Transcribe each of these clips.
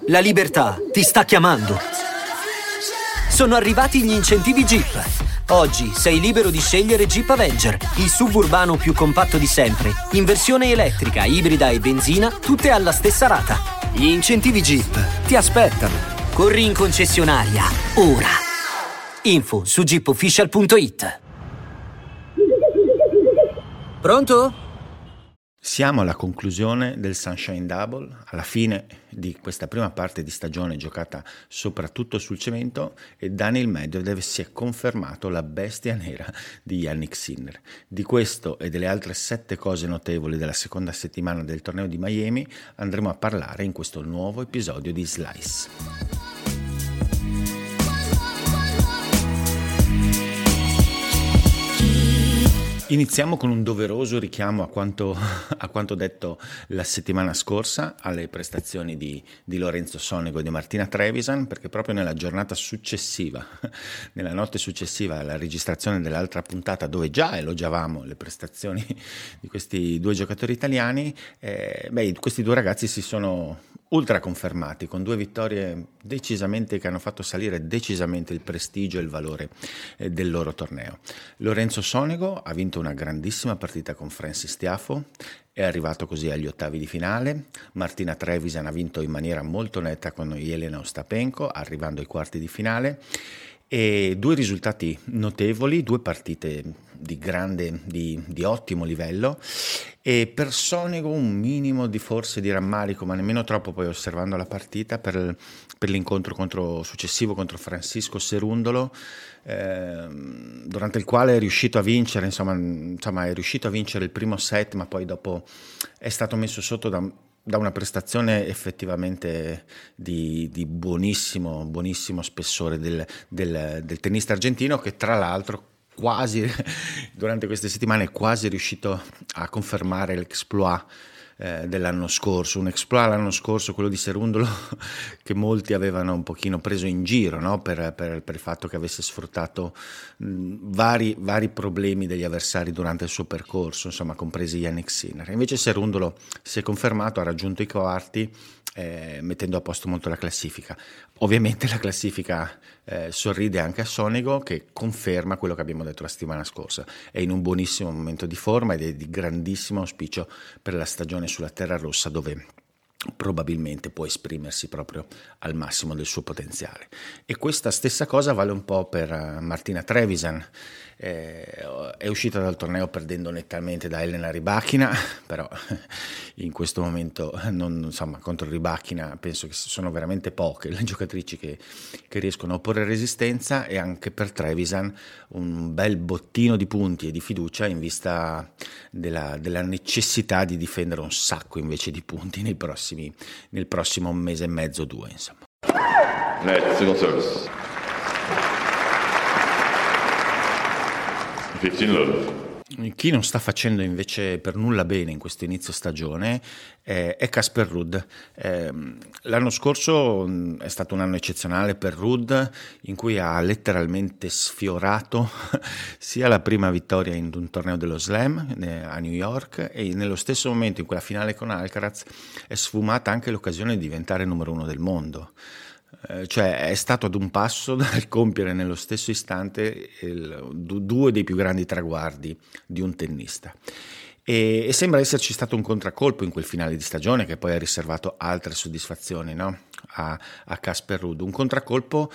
La libertà ti sta chiamando. Sono arrivati gli incentivi Jeep. Oggi sei libero di scegliere Jeep Avenger, il SUV urbano più compatto di sempre, in versione elettrica, ibrida e benzina, tutte alla stessa rata. Gli incentivi Jeep ti aspettano. Corri in concessionaria, ora. Info su jeepofficial.it. Pronto? Siamo alla conclusione del Sunshine Double, alla fine di questa prima parte di stagione giocata soprattutto sul cemento, e Daniil Medvedev si è confermato la bestia nera di Jannik Sinner. Di questo e delle altre 7 cose notevoli della seconda settimana del torneo di Miami andremo a parlare in questo nuovo episodio di Slice. Iniziamo con un doveroso richiamo a quanto detto la settimana scorsa, alle prestazioni di Lorenzo Sonego e di Martina Trevisan, perché proprio nella giornata successiva, nella notte successiva alla registrazione dell'altra puntata, dove già elogiavamo le prestazioni di questi due giocatori italiani, questi due ragazzi si sono ultra confermati con 2 vittorie decisamente che hanno fatto salire decisamente il prestigio e il valore del loro torneo. Lorenzo Sonego ha vinto una grandissima partita con Frances Tiafoe, è arrivato così agli ottavi di finale. Martina Trevisan ha vinto in maniera molto netta con Jelena Ostapenko, arrivando ai quarti di finale. E 2 risultati notevoli, 2 partite di ottimo livello, e per Sonego un minimo di forse di rammarico, ma nemmeno troppo, poi osservando la partita, per l'incontro successivo contro Francisco Cerundolo, durante il quale è riuscito a vincere, insomma è riuscito a vincere il primo set, ma poi dopo è stato messo sotto da una prestazione effettivamente di buonissimo spessore del tennista argentino, che tra l'altro quasi durante queste settimane è quasi riuscito a confermare l'exploit dell'anno scorso, un exploit l'anno scorso, quello di Cerundolo, che molti avevano un pochino preso in giro, no? per il fatto che avesse sfruttato vari problemi degli avversari durante il suo percorso, insomma compresi Jannik Sinner. Invece Cerundolo si è confermato, ha raggiunto i quarti, mettendo a posto molto la classifica. Ovviamente la classifica sorride anche a Sonego, che conferma quello che abbiamo detto la settimana scorsa: è in un buonissimo momento di forma ed è di grandissimo auspicio per la stagione sulla terra rossa, dove probabilmente può esprimersi proprio al massimo del suo potenziale. E questa stessa cosa vale un po' per Martina Trevisan. È uscita dal torneo perdendo nettamente da Elena Rybakina, però in questo momento contro Rybakina penso che sono veramente poche le giocatrici che riescono a opporre resistenza, e anche per Trevisan un bel bottino di punti e di fiducia in vista della necessità di difendere un sacco invece di punti nel prossimo mese e mezzo, 2, insomma. Single service. 15 love. Chi non sta facendo invece per nulla bene in questo inizio stagione è Casper Ruud. L'anno scorso è stato un anno eccezionale per Ruud, in cui ha letteralmente sfiorato sia la prima vittoria in un torneo dello Slam a New York, e nello stesso momento in quella finale con Alcaraz è sfumata anche l'occasione di diventare numero 1 del mondo. Cioè è stato ad un passo dal compiere nello stesso istante 2 dei più grandi traguardi di un tennista, e sembra esserci stato un contraccolpo in quel finale di stagione che poi ha riservato altre soddisfazioni, no? a Casper Ruud, un contraccolpo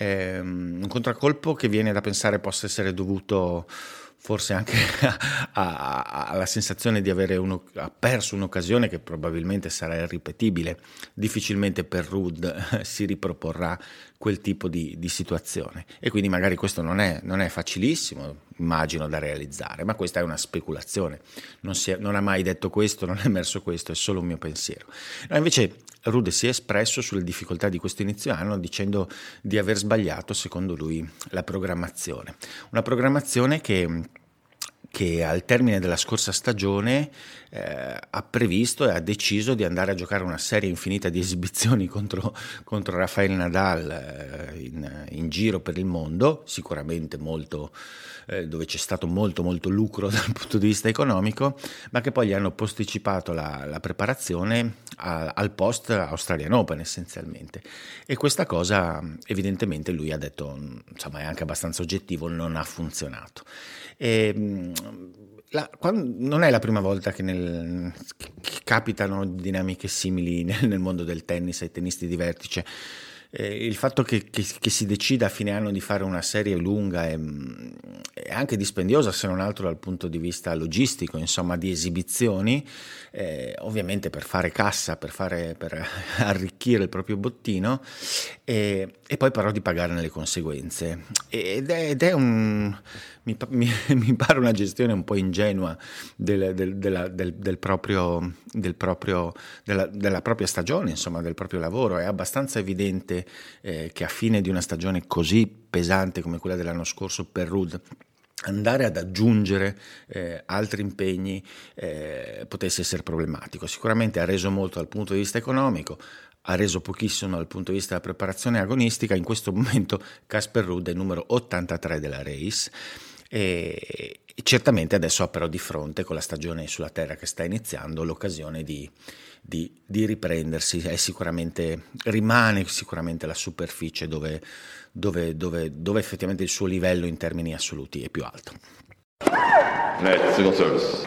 che viene da pensare possa essere dovuto forse anche alla sensazione di avere perso un'occasione che probabilmente sarà irripetibile. Difficilmente per Ruud si riproporrà quel tipo di situazione, e quindi magari questo non è facilissimo, immagino, da realizzare, ma questa è una speculazione, non ha mai detto questo, non è emerso questo, è solo un mio pensiero. No, invece Ruud si è espresso sulle difficoltà di questo inizio anno, dicendo di aver sbagliato, secondo lui, la programmazione, una programmazione che che al termine della scorsa stagione ha previsto e ha deciso di andare a giocare una serie infinita di esibizioni contro Rafael Nadal in giro per il mondo, sicuramente molto dove c'è stato molto lucro dal punto di vista economico, ma che poi gli hanno posticipato la preparazione al post Australian Open essenzialmente. E questa cosa evidentemente lui ha detto, insomma è anche abbastanza oggettivo, non ha funzionato. Non è la prima volta che capitano dinamiche simili nel mondo del tennis ai tennisti di vertice. Il fatto che si decida a fine anno di fare una serie lunga è anche dispendiosa, se non altro dal punto di vista logistico, insomma, di esibizioni, ovviamente per fare cassa, per arricchire il proprio bottino, e poi però di pagarne le conseguenze. Ed è mi pare una gestione un po' ingenua della propria stagione, insomma, del proprio lavoro. È abbastanza evidente che a fine di una stagione così pesante come quella dell'anno scorso per Ruud, andare ad aggiungere altri impegni potesse essere problematico. Sicuramente ha reso molto dal punto di vista economico, ha reso pochissimo dal punto di vista della preparazione agonistica. In questo momento Casper Ruud è il numero 83 della race e certamente adesso ha però di fronte, con la stagione sulla terra che sta iniziando, l'occasione di riprendersi. Rimane sicuramente la superficie dove effettivamente il suo livello in termini assoluti è più alto. Net, second service.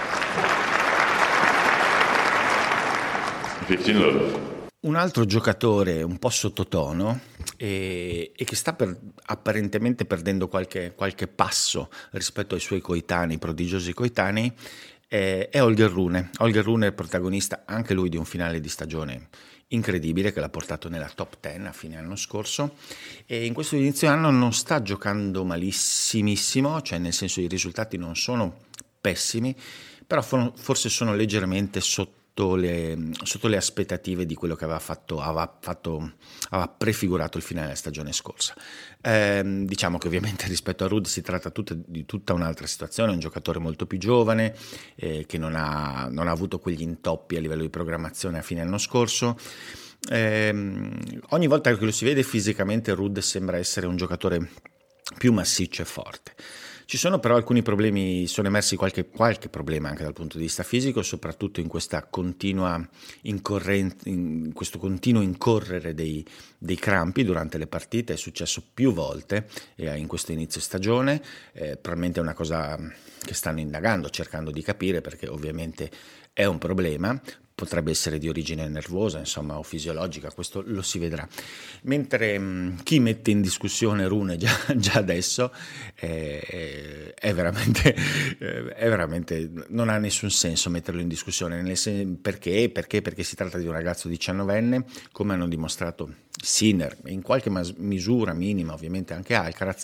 15-love. Un altro giocatore un po' sottotono e che sta apparentemente perdendo qualche passo rispetto ai suoi coetanei, prodigiosi coetanei, è Holger Rune. Holger Rune è protagonista anche lui di un finale di stagione incredibile che l'ha portato nella top 10 a fine anno scorso, e in questo inizio anno non sta giocando malissimissimo, cioè nel senso i risultati non sono pessimi, però forse sono leggermente sotto le aspettative di quello che aveva prefigurato il finale della stagione scorsa. Diciamo che ovviamente rispetto a Ruud si tratta di tutta un'altra situazione, un giocatore molto più giovane che non ha avuto quegli intoppi a livello di programmazione a fine anno scorso. Ogni volta che lo si vede fisicamente Ruud sembra essere un giocatore più massiccio e forte. Ci sono però alcuni problemi, sono emersi qualche problema anche dal punto di vista fisico, soprattutto in questa in questo continuo incorrere dei crampi durante le partite. È successo più volte in questo inizio stagione, probabilmente è una cosa che stanno indagando, cercando di capire, perché ovviamente è un problema. Potrebbe essere di origine nervosa, insomma, o fisiologica, questo lo si vedrà. Mentre chi mette in discussione Rune già adesso è veramente non ha nessun senso metterlo in discussione. Perché si tratta di un ragazzo 19enne, come hanno dimostrato Sinner e in qualche misura minima ovviamente anche Alcaraz.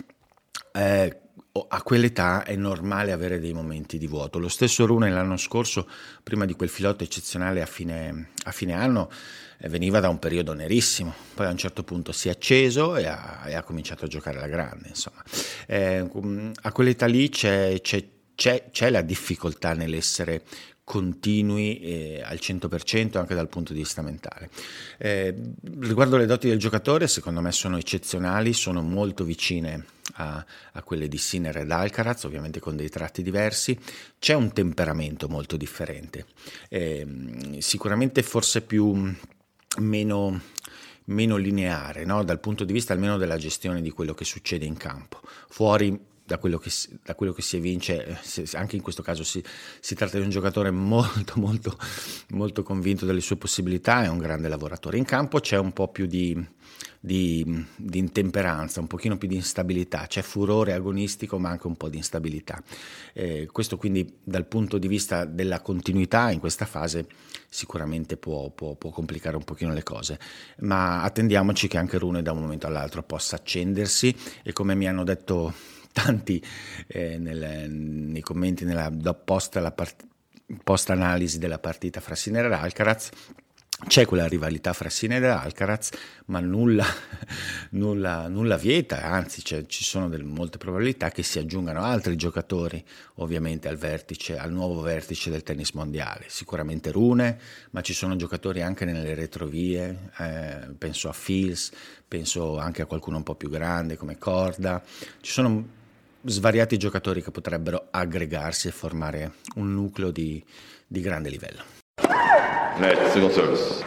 A quell'età è normale avere dei momenti di vuoto. Lo stesso Rune l'anno scorso, prima di quel filotto eccezionale a fine anno, veniva da un periodo nerissimo, poi a un certo punto si è acceso e ha cominciato a giocare alla grande, insomma. A quell'età lì c'è la difficoltà nell'essere continui al 100% anche dal punto di vista mentale. Riguardo le doti del giocatore, secondo me sono eccezionali, sono molto vicine a quelle di Sinner ed Alcaraz, ovviamente con dei tratti diversi. C'è un temperamento molto differente, sicuramente forse meno lineare, no? Dal punto di vista almeno della gestione di quello che succede in campo. Fuori, da quello che si evince, anche in questo caso si tratta di un giocatore molto molto molto convinto delle sue possibilità, è un grande lavoratore. In campo c'è un po' più di intemperanza, un pochino più di instabilità, c'è furore agonistico ma anche un po' di instabilità. Questo quindi dal punto di vista della continuità in questa fase sicuramente può complicare un pochino le cose, ma attendiamoci che anche Rune da un momento all'altro possa accendersi, e come mi hanno detto tanti nei commenti post analisi della partita fra Sinner e Alcaraz, C'è quella rivalità fra Sinner e Alcaraz, ma nulla vieta, anzi ci sono molte probabilità che si aggiungano altri giocatori ovviamente al nuovo vertice del tennis mondiale. Sicuramente Rune, ma ci sono giocatori anche nelle retrovie, penso a Fils, penso anche a qualcuno un po' più grande come Korda. Ci sono svariati giocatori che potrebbero aggregarsi e formare un nucleo di grande livello. Netz con service.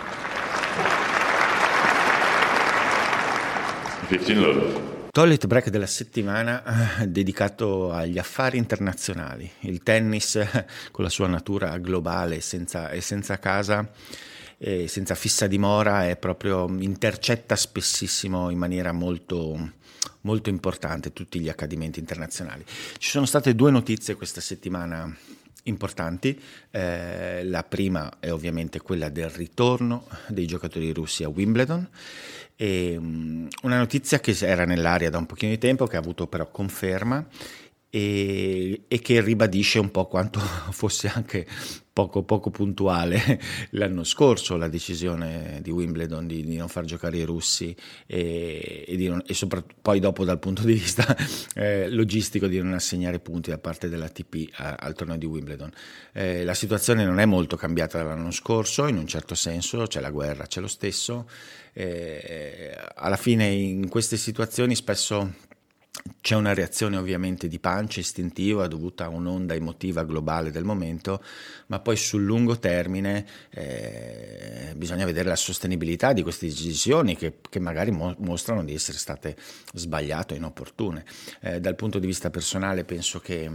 15 love. Toilet break della settimana dedicato agli affari internazionali. Il tennis con la sua natura globale senza casa, senza fissa dimora, è proprio intercetta spessissimo in maniera molto molto importante tutti gli accadimenti internazionali. Ci sono state 2 notizie questa settimana importanti. La prima è ovviamente quella del ritorno dei giocatori russi a Wimbledon, e una notizia che era nell'aria da un pochino di tempo, che ha avuto però conferma e che ribadisce un po' quanto fosse anche poco puntuale l'anno scorso la decisione di Wimbledon di non far giocare i russi e soprattutto poi dopo dal punto di vista logistico di non assegnare punti da parte dell'ATP al torneo di Wimbledon. La situazione non è molto cambiata dall'anno scorso, in un certo senso c'è la guerra, c'è lo stesso. Alla fine in queste situazioni spesso c'è una reazione ovviamente di pancia istintiva dovuta a un'onda emotiva globale del momento, ma poi sul lungo termine bisogna vedere la sostenibilità di queste decisioni che magari mostrano di essere state sbagliate o inopportune. Dal punto di vista personale penso che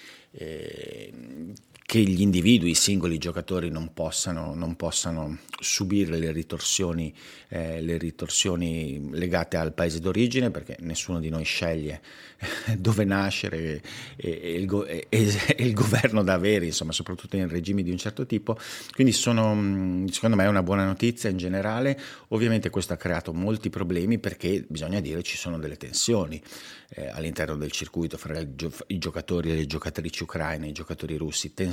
gli individui, i singoli giocatori non possano subire le ritorsioni legate al paese d'origine, perché nessuno di noi sceglie dove nascere e il governo da avere, insomma, soprattutto in regimi di un certo tipo. Quindi secondo me è una buona notizia in generale. Ovviamente questo ha creato molti problemi, perché bisogna dire ci sono delle tensioni all'interno del circuito fra i giocatori e le giocatrici ucraine e i giocatori russi, tensioni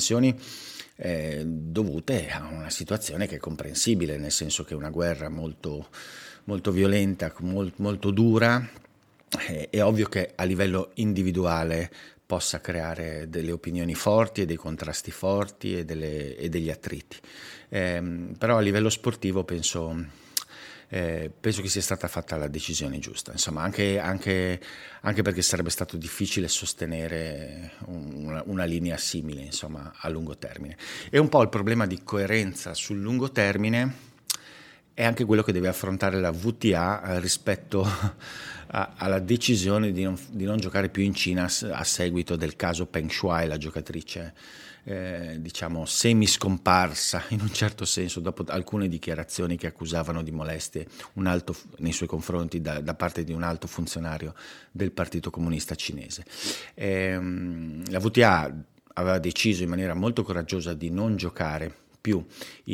dovute a una situazione che è comprensibile, nel senso che è una guerra molto, molto violenta, molto dura. È ovvio che a livello individuale possa creare delle opinioni forti e dei contrasti forti e degli attriti, però a livello sportivo penso che sia stata fatta la decisione giusta, insomma, anche perché sarebbe stato difficile sostenere una linea simile, insomma, a lungo termine. E un po' il problema di coerenza sul lungo termine è anche quello che deve affrontare la WTA rispetto alla decisione di non giocare più in Cina a seguito del caso Peng Shuai, la giocatrice diciamo semi scomparsa in un certo senso dopo alcune dichiarazioni che accusavano di molestie nei suoi confronti da parte di un alto funzionario del Partito Comunista Cinese. La WTA aveva deciso in maniera molto coraggiosa di non giocare più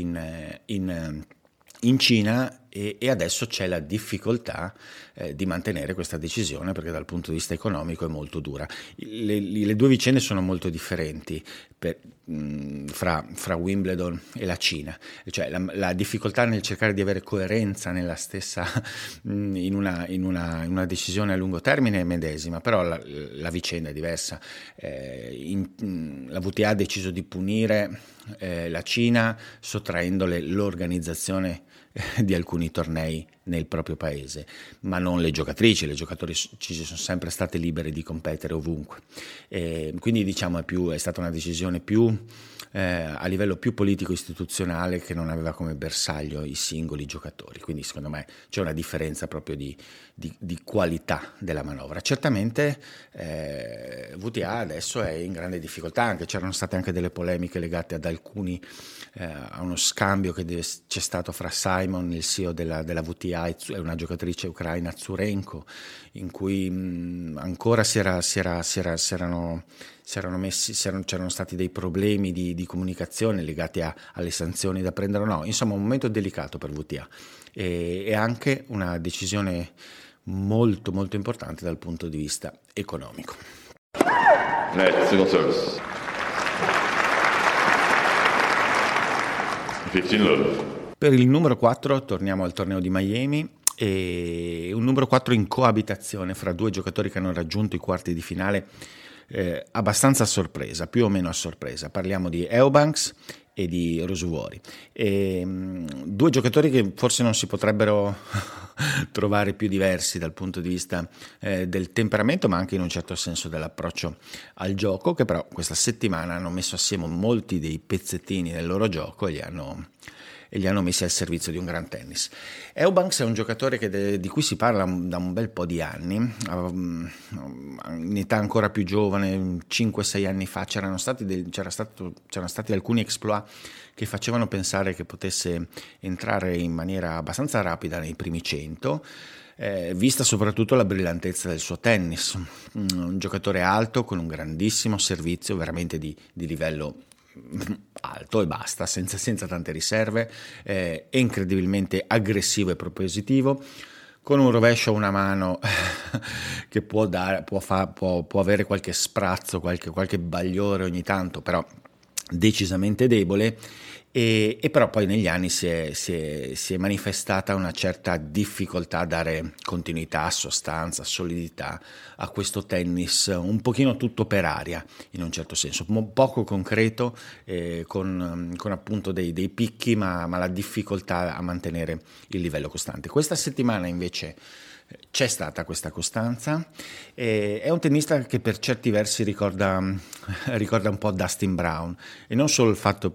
in Cina, e adesso c'è la difficoltà di mantenere questa decisione, perché dal punto di vista economico è molto dura. Le 2 vicende sono molto differenti fra Wimbledon e la Cina, cioè la difficoltà nel cercare di avere coerenza nella stessa in una decisione a lungo termine è medesima, però la vicenda è diversa. La WTA ha deciso di punire la Cina sottraendole l'organizzazione di alcuni tornei nel proprio paese, ma non le giocatrici. Le giocatrici sono sempre state libere di competere ovunque, quindi diciamo è stata una decisione più a livello più politico istituzionale, che non aveva come bersaglio i singoli giocatori. Quindi secondo me c'è una differenza proprio di qualità della manovra. Certamente WTA adesso è in grande difficoltà, c'erano state anche delle polemiche legate ad alcuni a uno scambio che c'è stato fra Simon, il CEO della WTA, e una giocatrice ucraina, Zurenko, in cui ancora c'erano stati dei problemi di comunicazione legati alle sanzioni da prendere o no. Insomma, un momento delicato per WTA e anche una decisione molto molto importante dal punto di vista economico. Netz con service. 15 love. Per il numero 4 torniamo al torneo di Miami, e un numero 4 in coabitazione fra due giocatori che hanno raggiunto i quarti di finale abbastanza a sorpresa, più o meno a sorpresa. Parliamo di Eubanks e di Rosuori, due giocatori che forse non si potrebbero trovare più diversi dal punto di vista del temperamento, ma anche in un certo senso dell'approccio al gioco, che però questa settimana hanno messo assieme molti dei pezzettini del loro gioco e li hanno messi al servizio di un gran tennis. Eubanks è un giocatore di cui si parla da un bel po' di anni, in età ancora più giovane, 5-6 anni fa c'erano stati alcuni exploit che facevano pensare che potesse entrare in maniera abbastanza rapida nei primi 100, vista soprattutto la brillantezza del suo tennis, un giocatore alto con un grandissimo servizio, veramente di livello alto e basta, senza tante riserve, è incredibilmente aggressivo e propositivo, con un rovescio a una mano che può avere qualche sprazzo, qualche bagliore ogni tanto, però decisamente debole. E però poi negli anni si è manifestata una certa difficoltà a dare continuità, sostanza, solidità a questo tennis un pochino tutto per aria, in un certo senso, poco concreto, con appunto dei picchi, ma la difficoltà a mantenere il livello costante. Questa settimana invece c'è stata questa costanza, è un tennista che per certi versi ricorda un po' Dustin Brown, e non solo il fatto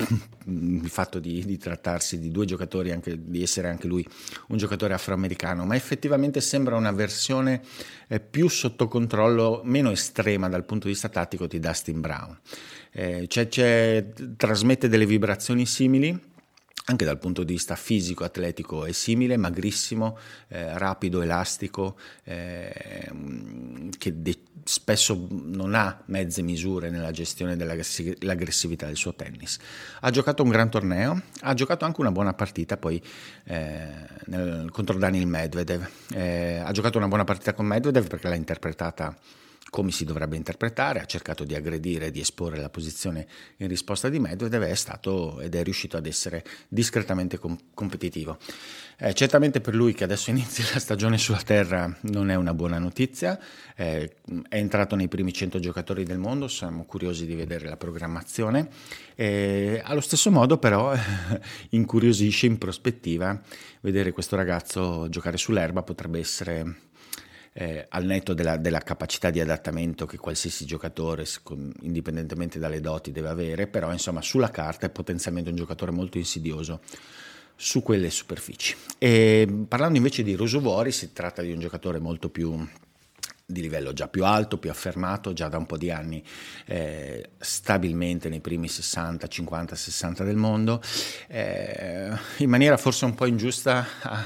di trattarsi di due giocatori, anche di essere anche lui un giocatore afroamericano, ma effettivamente sembra una versione più sotto controllo, meno estrema dal punto di vista tattico di Dustin Brown. Trasmette delle vibrazioni simili. Anche dal punto di vista fisico, atletico è simile, magrissimo, rapido, elastico, che spesso non ha mezze misure nella gestione dell'aggressività del suo tennis. Ha giocato un gran torneo, ha giocato anche una buona partita poi contro Daniil Medvedev. Ha giocato una buona partita con Medvedev perché l'ha interpretata come si dovrebbe interpretare, ha cercato di aggredire e di esporre la posizione in risposta di Medvedev, è riuscito ad essere discretamente competitivo. Certamente per lui, che adesso inizia la stagione sulla terra, non è una buona notizia. È entrato nei primi 100 giocatori del mondo, siamo curiosi di vedere la programmazione. Allo stesso modo però incuriosisce in prospettiva vedere questo ragazzo giocare sull'erba. Potrebbe essere al netto della capacità di adattamento che qualsiasi giocatore, indipendentemente dalle doti, deve avere, però insomma sulla carta è potenzialmente un giocatore molto insidioso su quelle superfici. E parlando invece di Rosuori, si tratta di un giocatore molto più di livello già più alto, più affermato, già da un po' di anni stabilmente nei primi 60, 50, 60 del mondo, in maniera forse un po' ingiusta.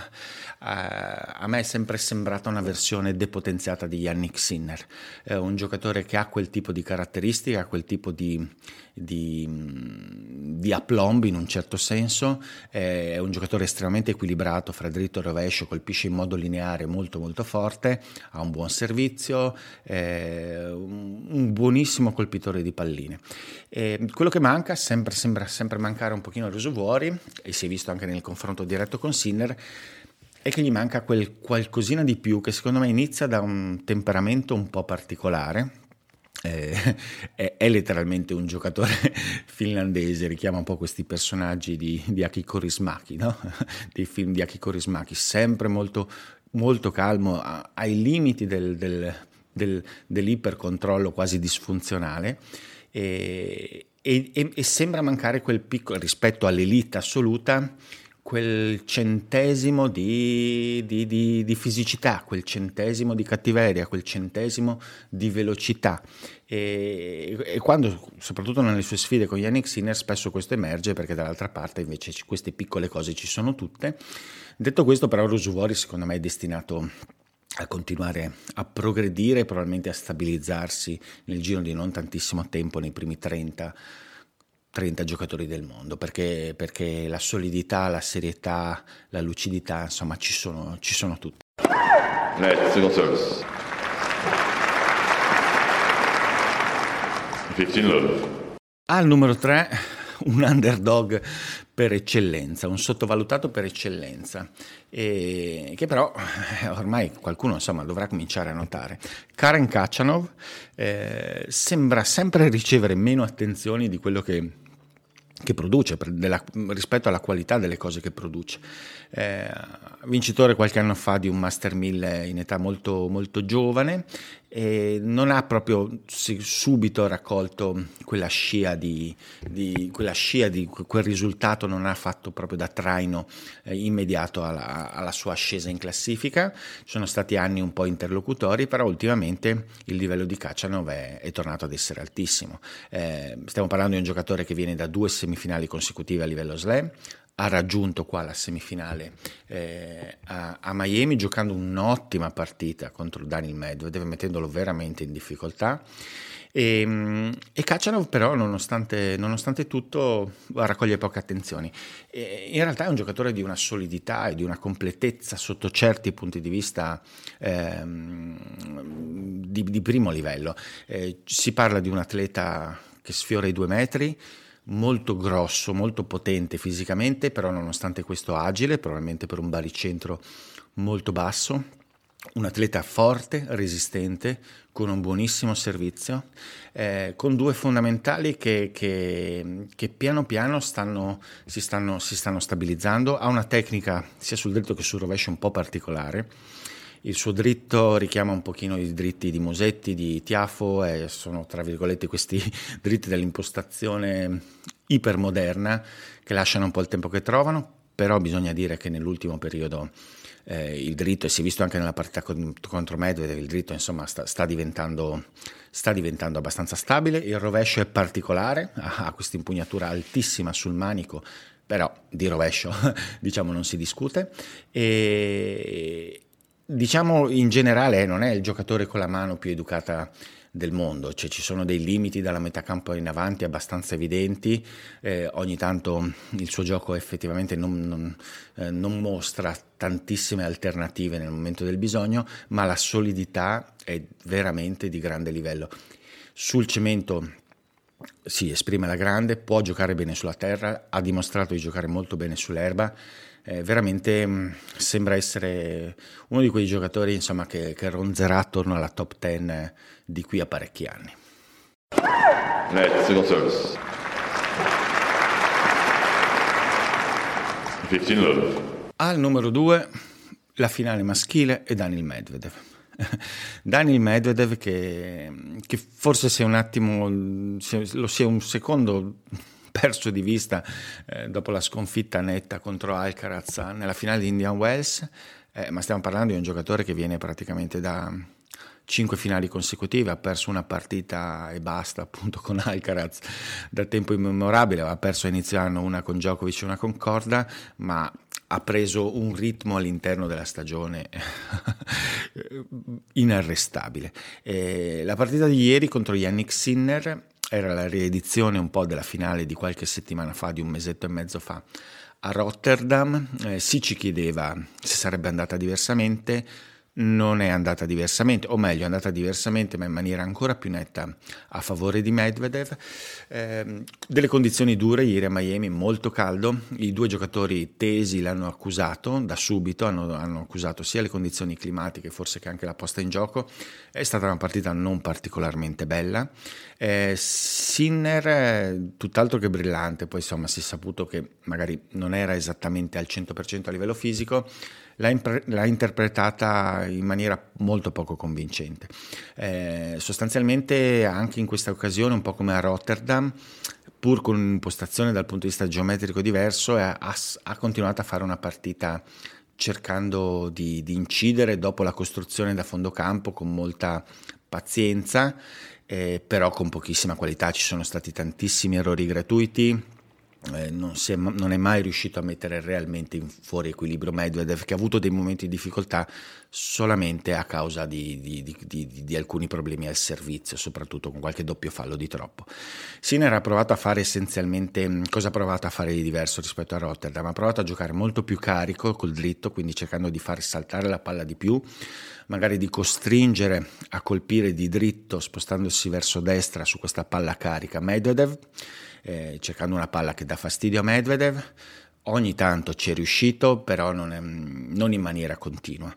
A me è sempre sembrata una versione depotenziata di Jannik Sinner, un giocatore che ha quel tipo di caratteristiche, ha quel tipo di aplomb in un certo senso, è un giocatore estremamente equilibrato fra dritto e rovescio, colpisce in modo lineare molto molto forte, ha un buon servizio, un buonissimo colpitore di palline. Quello che manca, sembra sempre mancare un pochino a Rosuori, e si è visto anche nel confronto diretto con Sinner, è che gli manca quel qualcosina di più che secondo me inizia da un temperamento un po' particolare. È letteralmente un giocatore finlandese, richiama un po' questi personaggi di Aki Kaurismäki, no? Dei film di Aki Kaurismäki, sempre molto, molto calmo, ai limiti dell'ipercontrollo quasi disfunzionale, e sembra mancare quel piccolo, rispetto all'elite assoluta, quel centesimo di fisicità, quel centesimo di cattiveria, quel centesimo di velocità, e quando, soprattutto nelle sue sfide con Jannik Sinner, spesso questo emerge, perché dall'altra parte invece queste piccole cose ci sono tutte. Detto questo, però, Rosuori secondo me è destinato a continuare a progredire, probabilmente a stabilizzarsi nel giro di non tantissimo tempo nei primi 30 giocatori del mondo, perché la solidità, la serietà, la lucidità, insomma ci sono tutte. Net, single service. 15 love. Al numero 3 un underdog per eccellenza, un sottovalutato per eccellenza, e che però ormai qualcuno insomma dovrà cominciare a notare. Karen Khachanov sembra sempre ricevere meno attenzioni di quello che produce rispetto alla qualità delle cose che produce. Vincitore qualche anno fa di un Master 1000 in età molto, molto giovane, e non ha proprio subito raccolto quella scia di quel risultato, non ha fatto proprio da traino immediato alla sua ascesa in classifica. Ci sono stati anni un po' interlocutori, però ultimamente il livello di Khachanov è tornato ad essere altissimo. Stiamo parlando di un giocatore che viene da 2 semifinali consecutive a livello slam, ha raggiunto qua la semifinale a Miami, giocando un'ottima partita contro Daniil Medvedev, mettendolo veramente in difficoltà. E Khachanov però nonostante tutto raccoglie poche attenzioni. In realtà è un giocatore di una solidità e di una completezza sotto certi punti di vista di primo livello. Si parla di un atleta che sfiora i 2 metri, molto grosso, molto potente fisicamente, però nonostante questo agile, probabilmente per un baricentro molto basso, un atleta forte, resistente, con un buonissimo servizio, con 2 fondamentali che piano piano si stanno stabilizzando. Ha una tecnica sia sul dritto che sul rovescio un po' particolare. Il suo dritto richiama un pochino i dritti di Musetti, di Tiafoe, e sono tra virgolette questi dritti dell'impostazione ipermoderna che lasciano un po' il tempo che trovano, però bisogna dire che nell'ultimo periodo il dritto, e si è visto anche nella partita contro Medvedev, il dritto insomma sta diventando abbastanza stabile. Il rovescio è particolare, ha questa impugnatura altissima sul manico, però di rovescio diciamo non si discute, e diciamo in generale non è il giocatore con la mano più educata del mondo, cioè ci sono dei limiti dalla metà campo in avanti abbastanza evidenti. Ogni tanto il suo gioco effettivamente non mostra tantissime alternative nel momento del bisogno, ma la solidità è veramente di grande livello. Sul cemento si esprime alla grande, può giocare bene sulla terra, ha dimostrato di giocare molto bene sull'erba. Veramente sembra essere uno di quei giocatori insomma che ronzerà attorno alla top 10 di qui a parecchi anni. Net single service. 15 love. Al numero 2 la finale maschile è Daniil Medvedev. Daniil Medvedev che forse si è un attimo lo si è un secondo perso di vista dopo la sconfitta netta contro Alcaraz nella finale di Indian Wells, ma stiamo parlando di un giocatore che viene praticamente da 5 finali consecutive, ha perso una partita e basta appunto con Alcaraz da tempo immemorabile, aveva perso a inizio anno una con Djokovic e una con Korda, ma ha preso un ritmo all'interno della stagione inarrestabile. La partita di ieri contro Jannik Sinner era la riedizione un po' della finale di qualche settimana fa, di un mesetto e mezzo fa, a Rotterdam. Si ci chiedeva se sarebbe andata diversamente. Non è andata diversamente, o meglio è andata diversamente ma in maniera ancora più netta a favore di Medvedev. Delle condizioni dure ieri a Miami, molto caldo, i 2 giocatori tesi l'hanno accusato da subito, hanno accusato sia le condizioni climatiche forse che anche la posta in gioco. È stata una partita non particolarmente bella. Sinner tutt'altro che brillante, poi insomma si è saputo che magari non era esattamente al 100% a livello fisico, l'ha interpretata in maniera molto poco convincente. Sostanzialmente anche in questa occasione, un po' come a Rotterdam, pur con un'impostazione dal punto di vista geometrico diverso, ha continuato a fare una partita cercando di incidere dopo la costruzione da fondo campo con molta pazienza, però con pochissima qualità. Ci sono stati tantissimi errori gratuiti. Non è mai riuscito a mettere realmente in fuori equilibrio Medvedev, che ha avuto dei momenti di difficoltà solamente a causa di alcuni problemi al servizio, soprattutto con qualche doppio fallo di troppo. Sinner ha provato a fare essenzialmente cosa ha provato a fare di diverso rispetto a Rotterdam. Ha provato a giocare molto più carico col dritto, quindi cercando di far saltare la palla di più, magari di costringere a colpire di dritto spostandosi verso destra su questa palla carica Medvedev. cercando una palla che dà fastidio a Medvedev. Ogni tanto ci è riuscito, però non in maniera continua.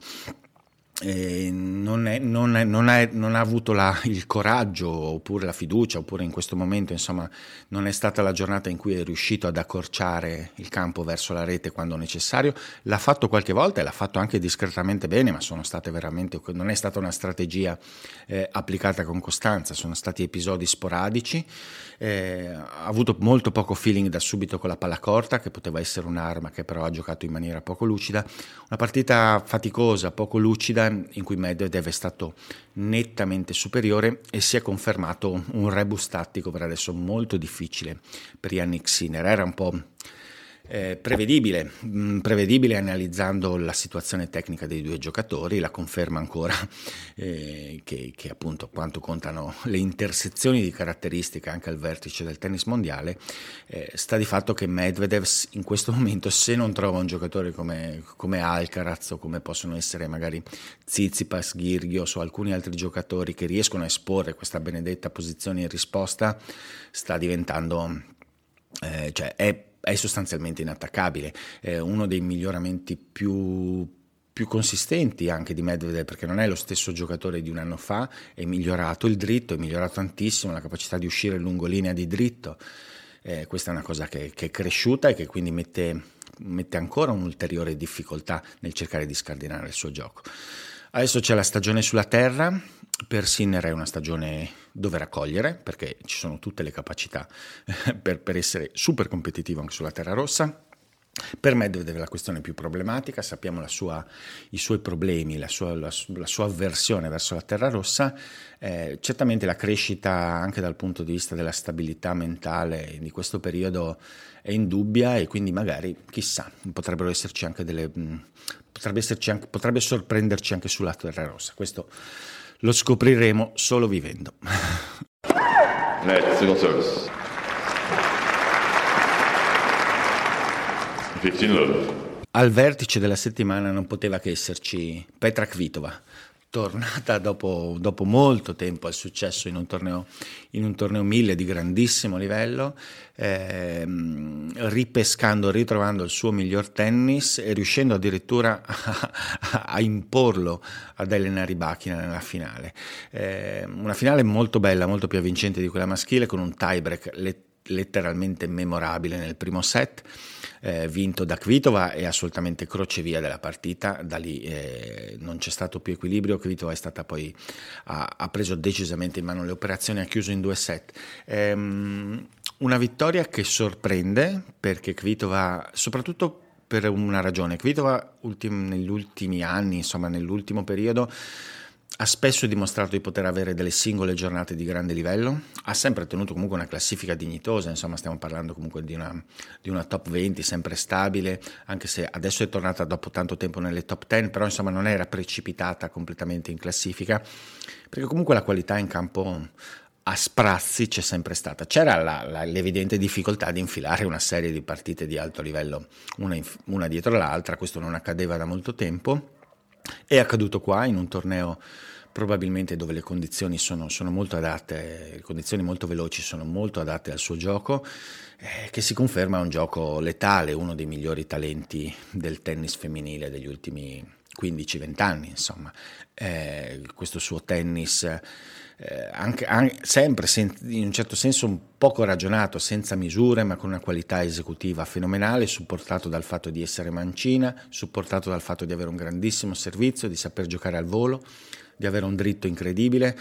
Non ha avuto il coraggio oppure la fiducia, oppure in questo momento insomma non è stata la giornata in cui è riuscito ad accorciare il campo verso la rete quando necessario. L'ha fatto qualche volta e l'ha fatto anche discretamente bene, ma non è stata una strategia applicata con costanza, sono stati episodi sporadici. Ha avuto molto poco feeling da subito con la palla corta, che poteva essere un'arma, che però ha giocato in maniera poco lucida. Una partita faticosa, poco lucida, in cui Medvedev è stato nettamente superiore e si è confermato un rebus tattico per adesso molto difficile per Jannik Sinner. Era un po' prevedibile analizzando la situazione tecnica dei due giocatori, la conferma ancora che appunto quanto contano le intersezioni di caratteristica anche al vertice del tennis mondiale. Sta di fatto che Medvedev in questo momento, se non trova un giocatore come Alcaraz o come possono essere magari Tsitsipas, Kyrgios o alcuni altri giocatori che riescono a esporre questa benedetta posizione in risposta, sta diventando è sostanzialmente inattaccabile. È uno dei miglioramenti più consistenti anche di Medvedev, perché non è lo stesso giocatore di un anno fa, è migliorato il dritto, è migliorato tantissimo la capacità di uscire lungo linea di dritto. Questa è una cosa che è cresciuta e che quindi mette ancora un'ulteriore difficoltà nel cercare di scardinare il suo gioco. Adesso c'è la stagione sulla terra. Per Sinner è una stagione dove raccogliere, perché ci sono tutte le capacità per essere super competitivo anche sulla terra rossa. Per Medvedev è la questione più problematica, sappiamo i suoi problemi, la sua avversione verso la terra rossa. Certamente la crescita anche dal punto di vista della stabilità mentale di questo periodo è indubbia, e quindi magari, chissà, potrebbe sorprenderci anche sulla terra rossa. Questo lo scopriremo solo vivendo. Net second service. 15 love. Al vertice della settimana non poteva che esserci Petra Kvitova, tornata dopo molto tempo al successo in un torneo 1000 di grandissimo livello, ritrovando il suo miglior tennis e riuscendo addirittura a imporlo ad Elena Rybakina nella finale. Una finale molto bella, molto più avvincente di quella maschile, con un tiebreak letteralmente memorabile nel primo set, vinto da Kvitova e assolutamente crocevia della partita. Da lì non c'è stato più equilibrio. Kvitova è stata poi ha preso decisamente in mano le operazioni, ha chiuso in 2 set. Una vittoria che sorprende, perché Kvitova, soprattutto per una ragione, Kvitova negli ultimi anni, insomma nell'ultimo periodo, ha spesso dimostrato di poter avere delle singole giornate di grande livello, ha sempre tenuto comunque una classifica dignitosa, insomma stiamo parlando comunque di una top 20 sempre stabile, anche se adesso è tornata dopo tanto tempo nelle top 10, però insomma non era precipitata completamente in classifica, perché comunque la qualità in campo a sprazzi c'è sempre stata. C'era l'evidente difficoltà di infilare una serie di partite di alto livello una dietro l'altra, questo non accadeva da molto tempo. È accaduto qua in un torneo probabilmente dove le condizioni sono molto adatte, le condizioni molto veloci sono molto adatte al suo gioco, che si conferma un gioco letale, uno dei migliori talenti del tennis femminile degli ultimi 15-20 anni, insomma. Questo suo tennis sempre in un certo senso un poco ragionato, senza misure, ma con una qualità esecutiva fenomenale, supportato dal fatto di essere mancina, supportato dal fatto di avere un grandissimo servizio, di saper giocare al volo, di avere un dritto incredibile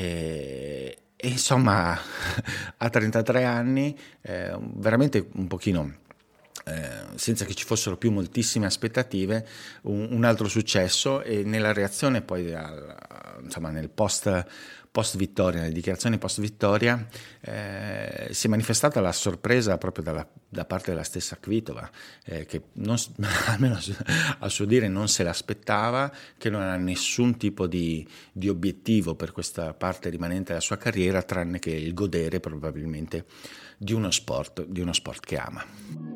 e insomma a 33 anni veramente un pochino senza che ci fossero più moltissime aspettative, un altro successo. E nella reazione poi insomma nel post vittoria, nelle dichiarazioni post vittoria, si è manifestata la sorpresa proprio da parte della stessa Kvitova, che almeno a suo dire non se l'aspettava, che non ha nessun tipo di obiettivo per questa parte rimanente della sua carriera, tranne che il godere probabilmente di uno sport che ama.